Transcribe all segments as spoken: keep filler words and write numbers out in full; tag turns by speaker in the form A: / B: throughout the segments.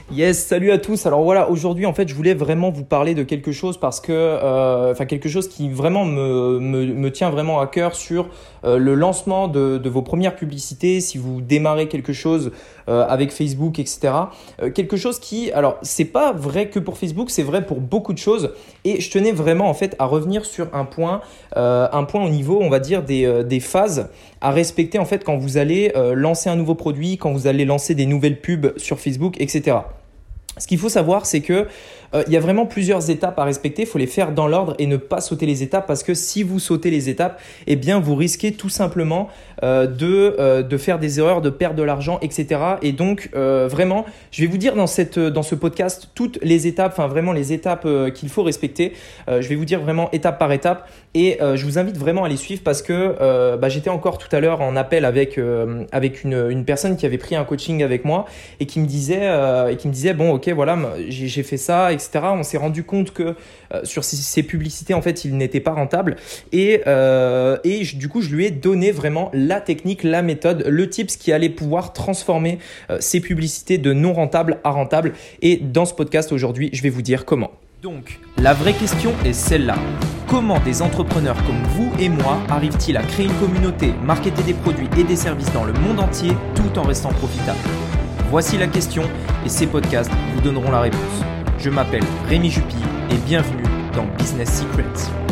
A: Yes, salut à tous. Alors voilà, aujourd'hui en fait, je voulais vraiment vous parler de quelque chose parce que, euh, enfin quelque chose qui vraiment me, me, me tient vraiment à cœur sur euh, le lancement de, de vos premières publicités. Si vous démarrez quelque chose euh, avec Facebook, et cetera. Euh, quelque chose qui, alors c'est pas vrai que pour Facebook, c'est vrai pour beaucoup de choses. Et je tenais vraiment en fait à revenir sur un point, euh, un point au niveau, on va dire des, euh, des phases à respecter en fait quand vous allez euh, lancer un nouveau produit, quand vous allez lancer des nouvelles pubs sur Facebook, et cetera. Ce qu'il faut savoir, c'est que euh, il y a vraiment plusieurs étapes à respecter. Il faut les faire dans l'ordre et ne pas sauter les étapes parce que si vous sautez les étapes, eh bien vous risquez tout simplement euh, de euh, de faire des erreurs, de perdre de l'argent, et cetera. Et donc euh, vraiment, je vais vous dire dans cette dans ce podcast toutes les étapes, enfin vraiment les étapes euh, qu'il faut respecter. Euh, je vais vous dire vraiment étape par étape et euh, je vous invite vraiment à les suivre parce que euh, bah, j'étais encore tout à l'heure en appel avec euh, avec une une personne qui avait pris un coaching avec moi et qui me disait euh, et qui me disait bon ok voilà j'ai, j'ai fait ça, et cetera. On s'est rendu compte que euh, sur ces, ces publicités, en fait, il n'était pas rentable. Et, euh, et je, du coup, je lui ai donné vraiment la technique, la méthode, le tips qui allait pouvoir transformer euh, ces publicités de non rentables à rentables. Et dans ce podcast aujourd'hui, je vais vous dire comment. Donc, la vraie question est celle-là. Comment des entrepreneurs comme vous et moi arrivent-ils à créer une communauté, marketer des produits et des services dans le monde entier tout en restant profitables ? Voici la question et ces podcasts vous donneront la réponse. Je m'appelle Rémi Jupy et bienvenue dans Business Secrets.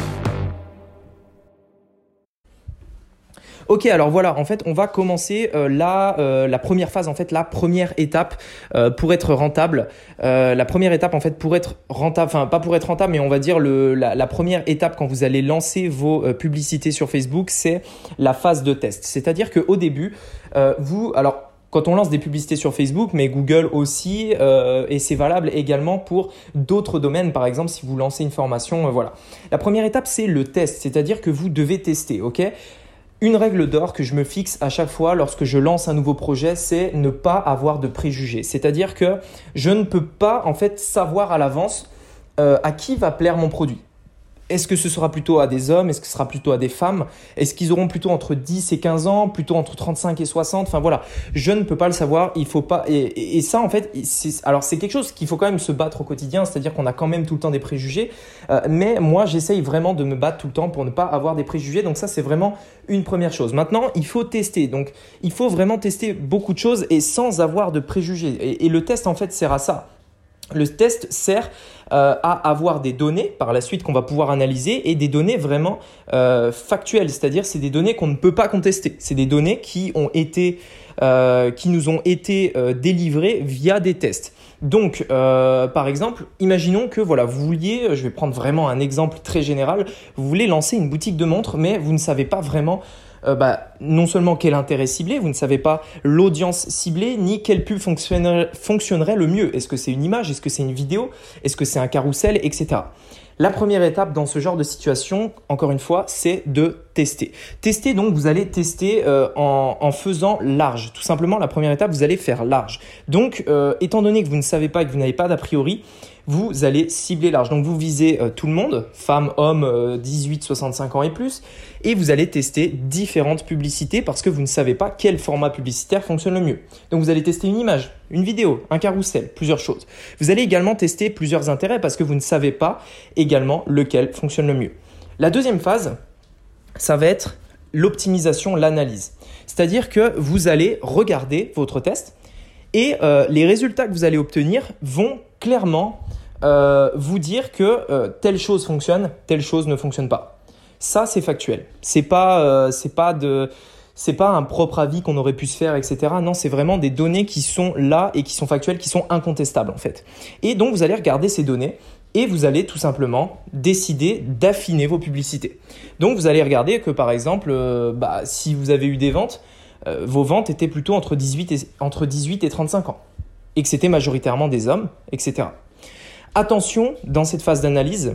A: Ok, alors voilà, en fait, on va commencer euh, la, euh, la première phase, en fait, la première étape euh, pour être rentable. Euh, la première étape, en fait, pour être rentable, enfin pas pour être rentable, mais on va dire le, la, la première étape quand vous allez lancer vos euh, publicités sur Facebook, c'est la phase de test. C'est-à-dire qu'au début, euh, vous, alors quand on lance des publicités sur Facebook, mais Google aussi, euh, et c'est valable également pour d'autres domaines. Par exemple, si vous lancez une formation, euh, voilà. La première étape, c'est le test, c'est-à-dire que vous devez tester, ok ? Une règle d'or que je me fixe à chaque fois lorsque je lance un nouveau projet, c'est ne pas avoir de préjugés. C'est-à-dire que je ne peux pas en fait savoir à l'avance euh, à qui va plaire mon produit. Est-ce que ce sera plutôt à des hommes? Est-ce que ce sera plutôt à des femmes? Est-ce qu'ils auront plutôt entre dix et quinze ans? Plutôt entre trente-cinq et soixante? Enfin voilà, je ne peux pas le savoir. Il faut pas. Et, et, et ça, en fait, c'est, alors c'est quelque chose qu'il faut quand même se battre au quotidien. C'est-à-dire qu'on a quand même tout le temps des préjugés. Euh, mais moi, j'essaye vraiment de me battre tout le temps pour ne pas avoir des préjugés. Donc ça, c'est vraiment une première chose. Maintenant, il faut tester. Donc, il faut vraiment tester beaucoup de choses et sans avoir de préjugés. Et, et le test, en fait, sert à ça. Le test sert euh, à avoir des données par la suite qu'on va pouvoir analyser et des données vraiment euh, factuelles, c'est-à-dire c'est des données qu'on ne peut pas contester. C'est des données qui ont été, euh, qui nous ont été euh, délivrées via des tests. Donc, euh, par exemple, imaginons que voilà, vous vouliez, je vais prendre vraiment un exemple très général, vous voulez lancer une boutique de montres, mais vous ne savez pas vraiment Euh, bah, non seulement quel intérêt cibler, vous ne savez pas l'audience ciblée, ni quelle pub fonctionnerait, fonctionnerait le mieux. Est-ce que c'est une image? Est-ce que c'est une vidéo? Est-ce que c'est un carrousel, et cetera. La première étape dans ce genre de situation, encore une fois, c'est de tester. Tester, donc, vous allez tester euh, en, en faisant large. Tout simplement, la première étape, vous allez faire large. Donc, euh, étant donné que vous ne savez pas et que vous n'avez pas d'a priori, vous allez cibler large. Donc, vous visez euh, tout le monde, femmes, hommes, euh, dix-huit à soixante-cinq ans et plus, et vous allez tester différentes publicités parce que vous ne savez pas quel format publicitaire fonctionne le mieux. Donc, vous allez tester une image, une vidéo, un carrousel, plusieurs choses. Vous allez également tester plusieurs intérêts parce que vous ne savez pas également lequel fonctionne le mieux. La deuxième phase, ça va être l'optimisation, l'analyse. C'est-à-dire que vous allez regarder votre test et euh, les résultats que vous allez obtenir vont clairement euh, vous dire que euh, telle chose fonctionne, telle chose ne fonctionne pas. Ça, c'est factuel. C'est pas, euh, c'est pas de, c'est pas un propre avis qu'on aurait pu se faire, et cetera. Non, c'est vraiment des données qui sont là et qui sont factuelles, qui sont incontestables en fait. Et donc, vous allez regarder ces données et vous allez tout simplement décider d'affiner vos publicités. Donc, vous allez regarder que par exemple, euh, bah, si vous avez eu des ventes, euh, vos ventes étaient plutôt entre dix-huit et, entre dix-huit et trente-cinq ans et que c'était majoritairement des hommes, et cetera. Attention, dans cette phase d'analyse,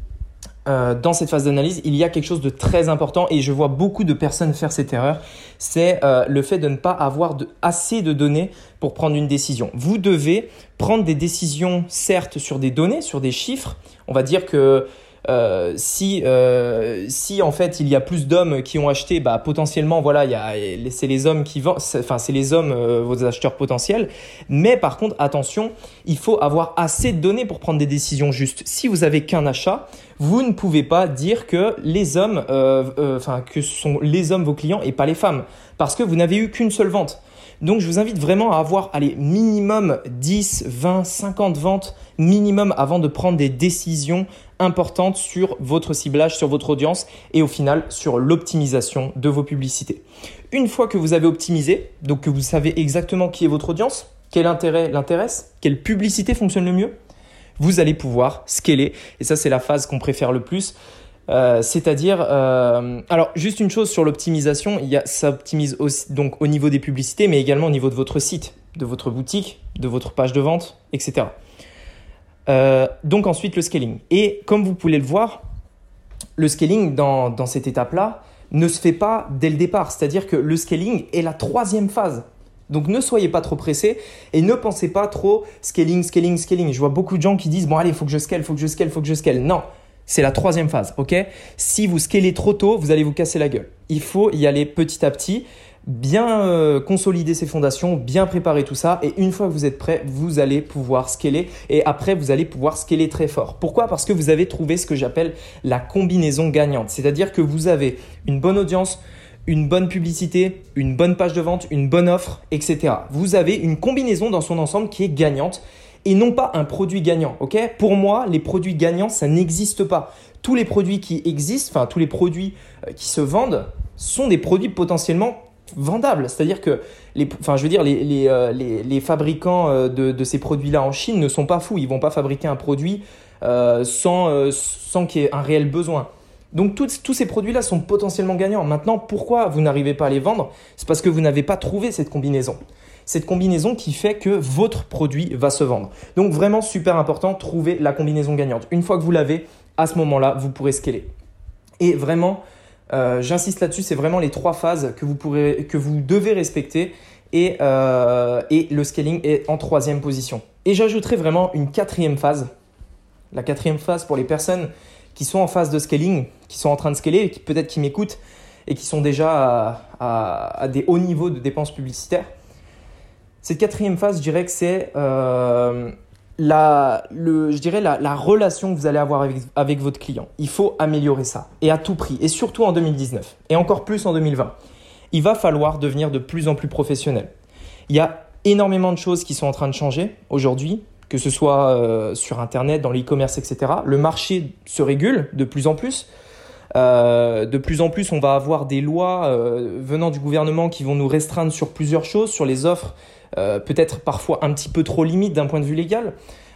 A: euh, dans cette phase d'analyse, il y a quelque chose de très important et je vois beaucoup de personnes faire cette erreur, c'est euh, le fait de ne pas avoir de, assez de données pour prendre une décision. Vous devez prendre des décisions, certes, sur des données, sur des chiffres. On va dire que euh, si euh, si en fait il y a plus d'hommes qui ont acheté, bah potentiellement voilà, il y a c'est les hommes qui vendent, enfin c'est les hommes euh, vos acheteurs potentiels. Mais par contre attention, il faut avoir assez de données pour prendre des décisions justes. Si vous avez qu'un achat, vous ne pouvez pas dire que les hommes, enfin euh, euh, que ce sont les hommes vos clients et pas les femmes, parce que vous n'avez eu qu'une seule vente. Donc, je vous invite vraiment à avoir, allez, minimum dix, vingt, cinquante ventes minimum avant de prendre des décisions importantes sur votre ciblage, sur votre audience et au final sur l'optimisation de vos publicités. Une fois que vous avez optimisé, donc que vous savez exactement qui est votre audience, quel intérêt l'intéresse, quelle publicité fonctionne le mieux, vous allez pouvoir scaler. Et ça, c'est la phase qu'on préfère le plus. Euh, c'est-à-dire, euh, alors juste une chose sur l'optimisation, il y a, ça optimise aussi donc au niveau des publicités, mais également au niveau de votre site, de votre boutique, de votre page de vente, et cetera. Euh, donc ensuite le scaling. Et comme vous pouvez le voir, le scaling dans, dans cette étape-là ne se fait pas dès le départ. C'est-à-dire que le scaling est la troisième phase. Donc ne soyez pas trop pressés et ne pensez pas trop scaling, scaling, scaling. Je vois beaucoup de gens qui disent bon allez, il faut que je scale, il faut que je scale, il faut que je scale. Non. C'est la troisième phase, ok? Si vous scalez trop tôt, vous allez vous casser la gueule. Il faut y aller petit à petit, bien euh, consolider ses fondations, bien préparer tout ça. Et une fois que vous êtes prêt, vous allez pouvoir scaler. Et après, vous allez pouvoir scaler très fort. Pourquoi? Parce que vous avez trouvé ce que j'appelle la combinaison gagnante. C'est-à-dire que vous avez une bonne audience, une bonne publicité, une bonne page de vente, une bonne offre, et cetera. Vous avez une combinaison dans son ensemble qui est gagnante. Et non pas un produit gagnant, ok? Pour moi, les produits gagnants, ça n'existe pas. Tous les produits qui existent, enfin tous les produits qui se vendent, sont des produits potentiellement vendables. C'est-à-dire que, les, enfin je veux dire, les, les, euh, les, les fabricants de, de ces produits-là en Chine ne sont pas fous. Ils vont pas fabriquer un produit euh, sans, euh, sans qu'il y ait un réel besoin. Donc tous, tous ces produits-là sont potentiellement gagnants. Maintenant, pourquoi vous n'arrivez pas à les vendre? C'est parce que vous n'avez pas trouvé cette combinaison. Cette combinaison qui fait que votre produit va se vendre. Donc vraiment super important, trouver la combinaison gagnante. Une fois que vous l'avez, à ce moment-là, vous pourrez scaler. Et vraiment, euh, j'insiste là-dessus, c'est vraiment les trois phases que vous, pourrez, que vous devez respecter et, euh, et le scaling est en troisième position. Et j'ajouterai vraiment une quatrième phase. La quatrième phase pour les personnes qui sont en phase de scaling, qui sont en train de scaler et qui peut-être qui m'écoutent et qui sont déjà à, à, à des hauts niveaux de dépenses publicitaires. Cette quatrième phase, je dirais que c'est euh, la, le, je dirais la, la relation que vous allez avoir avec, avec votre client. Il faut améliorer ça et à tout prix et surtout en deux mille dix-neuf et encore plus en deux mille vingt. Il va falloir devenir de plus en plus professionnel. Il y a énormément de choses qui sont en train de changer aujourd'hui, que ce soit euh, sur Internet, dans l'e-commerce, et cetera. Le marché se régule de plus en plus. Euh, de plus en plus, on va avoir des lois euh, venant du gouvernement qui vont nous restreindre sur plusieurs choses, sur les offres, euh, peut-être parfois un petit peu trop limites d'un point de vue légal.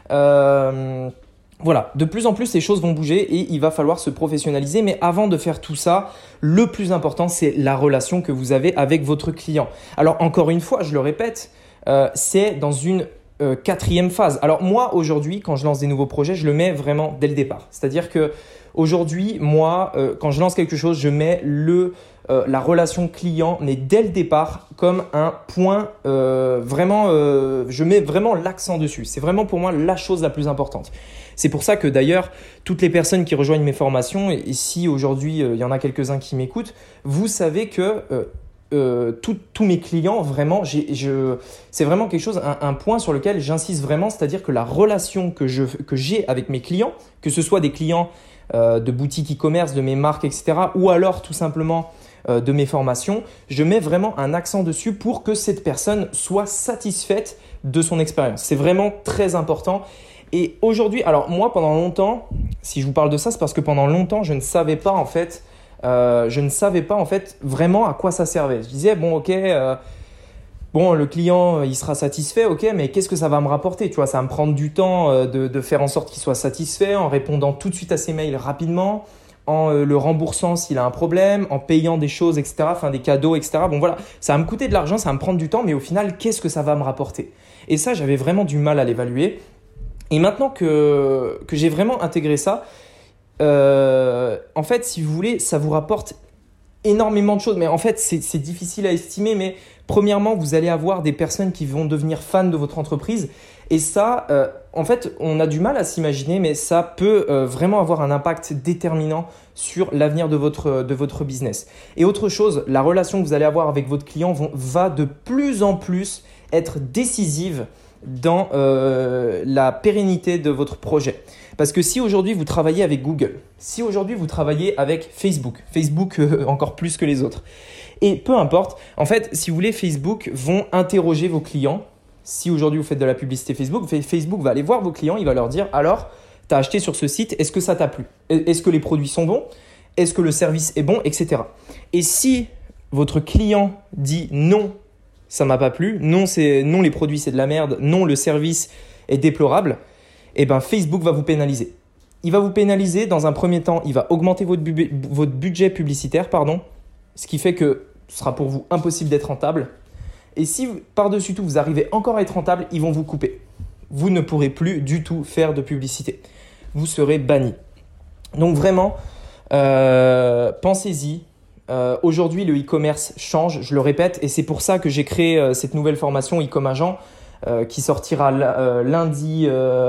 A: Euh, voilà, de plus en plus, les choses vont bouger et il va falloir se professionnaliser. Mais avant de faire tout ça, le plus important, c'est la relation que vous avez avec votre client. Alors encore une fois, je le répète, euh, c'est dans une euh, quatrième phase. Alors moi, aujourd'hui, quand je lance des nouveaux projets, je le mets vraiment dès le départ. C'est-à-dire que aujourd'hui, moi, euh, quand je lance quelque chose, je mets le, euh, la relation client, mais dès le départ, comme un point euh, vraiment, euh, je mets vraiment l'accent dessus. C'est vraiment pour moi la chose la plus importante. C'est pour ça que d'ailleurs, toutes les personnes qui rejoignent mes formations, et, et si aujourd'hui, euh, il y en a quelques-uns qui m'écoutent, vous savez que euh, euh, tous mes clients, vraiment, j'ai, je, c'est vraiment quelque chose, un, un point sur lequel j'insiste vraiment, c'est-à-dire que la relation que, je, que j'ai avec mes clients, que ce soit des clients Euh, de boutiques e-commerce, de mes marques, et cetera, ou alors tout simplement euh, de mes formations, je mets vraiment un accent dessus pour que cette personne soit satisfaite de son expérience. C'est vraiment très important. Et aujourd'hui, alors moi pendant longtemps, si je vous parle de ça, c'est parce que pendant longtemps, je ne savais pas en fait, euh, je ne savais pas en fait vraiment à quoi ça servait. Je disais bon ok. Euh, Bon, le client, il sera satisfait, ok, mais qu'est-ce que ça va me rapporter? Tu vois, ça va me prendre du temps de, de faire en sorte qu'il soit satisfait en répondant tout de suite à ses mails rapidement, en euh, le remboursant s'il a un problème, en payant des choses, et cetera, enfin des cadeaux, et cetera. Bon, voilà, ça va me coûter de l'argent, ça va me prendre du temps, mais au final, qu'est-ce que ça va me rapporter? Et ça, j'avais vraiment du mal à l'évaluer. Et maintenant que, que j'ai vraiment intégré ça, euh, en fait, si vous voulez, ça vous rapporte énormément de choses. Mais en fait, c'est, c'est difficile à estimer, mais premièrement, vous allez avoir des personnes qui vont devenir fans de votre entreprise Et ça, euh, en fait, on a du mal à s'imaginer, mais ça peut euh, vraiment avoir un impact déterminant sur l'avenir de votre, de votre business. Et autre chose, la relation que vous allez avoir avec votre client vont, va de plus en plus être décisive dans euh, la pérennité de votre projet. Parce que si aujourd'hui vous travaillez avec Google, si aujourd'hui vous travaillez avec Facebook, Facebook euh, encore plus que les autres, et peu importe, en fait, si vous voulez, Facebook vont interroger vos clients. Si aujourd'hui vous faites de la publicité Facebook, Facebook va aller voir vos clients, il va leur dire « Alors, tu as acheté sur ce site, est-ce que ça t'a plu? Est-ce que les produits sont bons? Est-ce que le service est bon, et cetera » Et si votre client dit « Non, ça m'a pas plu, non, c'est, non les produits c'est de la merde, non le service est déplorable », eh ben Facebook va vous pénaliser. Il va vous pénaliser dans un premier temps, il va augmenter votre, bu- votre budget publicitaire, pardon, ce qui fait que ce sera pour vous impossible d'être rentable. Et si par-dessus tout vous arrivez encore à être rentable, ils vont vous couper. Vous ne pourrez plus du tout faire de publicité. Vous serez banni. Donc vraiment, euh, pensez-y. Euh, aujourd'hui, le e-commerce change, je le répète, et c'est pour ça que j'ai créé euh, cette nouvelle formation e-com agent euh, qui sortira euh, lundi. Euh,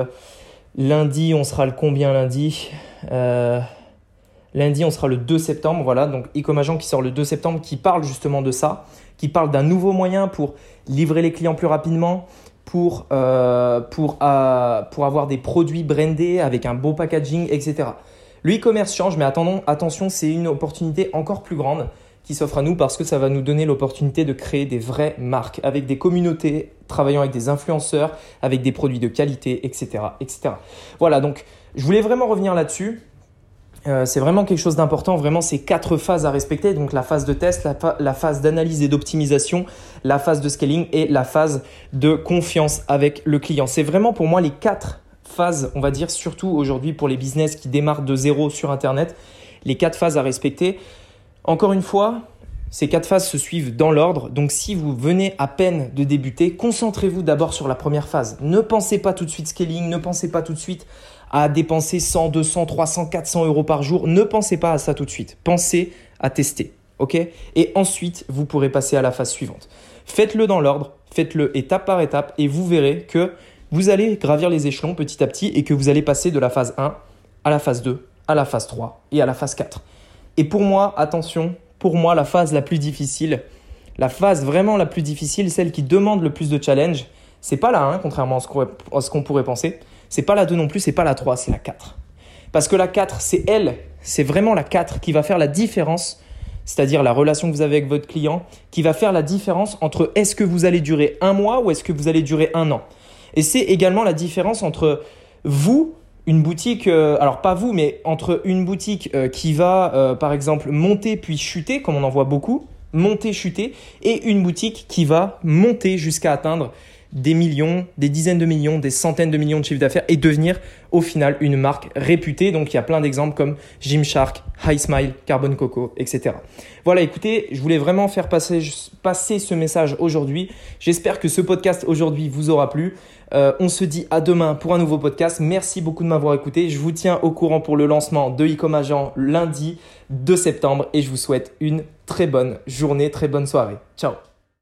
A: lundi, on sera le combien lundi euh, Lundi, on sera le deux septembre. Voilà, donc e-com agent qui sort le deux septembre, qui parle justement de ça, qui parle d'un nouveau moyen pour livrer les clients plus rapidement, pour, euh, pour, euh, pour avoir des produits brandés avec un beau packaging, et cetera. Le e-commerce change, mais attendons, attention, c'est une opportunité encore plus grande qui s'offre à nous parce que ça va nous donner l'opportunité de créer des vraies marques avec des communautés, travaillant avec des influenceurs, avec des produits de qualité, et cetera, et cetera. Voilà, donc je voulais vraiment revenir là-dessus. Euh, c'est vraiment quelque chose d'important, vraiment ces quatre phases à respecter, donc la phase de test, la, fa- la phase d'analyse et d'optimisation, la phase de scaling et la phase de confiance avec le client. C'est vraiment pour moi les quatre phases, on va dire surtout aujourd'hui pour les business qui démarrent de zéro sur Internet, les quatre phases à respecter. Encore une fois, ces quatre phases se suivent dans l'ordre, donc si vous venez à peine de débuter, concentrez-vous d'abord sur la première phase. Ne pensez pas tout de suite scaling, ne pensez pas tout de suite à dépenser cent, deux cents, trois cents, quatre cents euros par jour. Ne pensez pas à ça tout de suite. Pensez à tester, ok ? Et ensuite, vous pourrez passer à la phase suivante. Faites-le dans l'ordre, faites-le étape par étape et vous verrez que vous allez gravir les échelons petit à petit et que vous allez passer de la phase un à la phase deux, à la phase trois et à la phase quatre. Et pour moi, attention, pour moi, la phase la plus difficile, la phase vraiment la plus difficile, celle qui demande le plus de challenge, c'est pas la un, contrairement à ce qu'on pourrait penser. C'est pas la deux non plus, c'est pas la trois, c'est la quatre. Parce que la quatre, c'est elle, c'est vraiment la quatre qui va faire la différence, c'est-à-dire la relation que vous avez avec votre client, qui va faire la différence entre est-ce que vous allez durer un mois ou est-ce que vous allez durer un an. Et c'est également la différence entre vous, une boutique, euh, alors pas vous, mais entre une boutique euh, qui va euh, par exemple monter puis chuter, comme on en voit beaucoup, monter, chuter, et une boutique qui va monter jusqu'à atteindre des millions, des dizaines de millions, des centaines de millions de chiffres d'affaires et devenir au final une marque réputée. Donc, il y a plein d'exemples comme Gymshark, High Smile, Carbon Coco, et cetera. Voilà, écoutez, je voulais vraiment faire passer, passer ce message aujourd'hui. J'espère que ce podcast aujourd'hui vous aura plu. Euh, on se dit à demain pour un nouveau podcast. Merci beaucoup de m'avoir écouté. Je vous tiens au courant pour le lancement de e-com agent lundi deux septembre et je vous souhaite une très bonne journée, très bonne soirée. Ciao.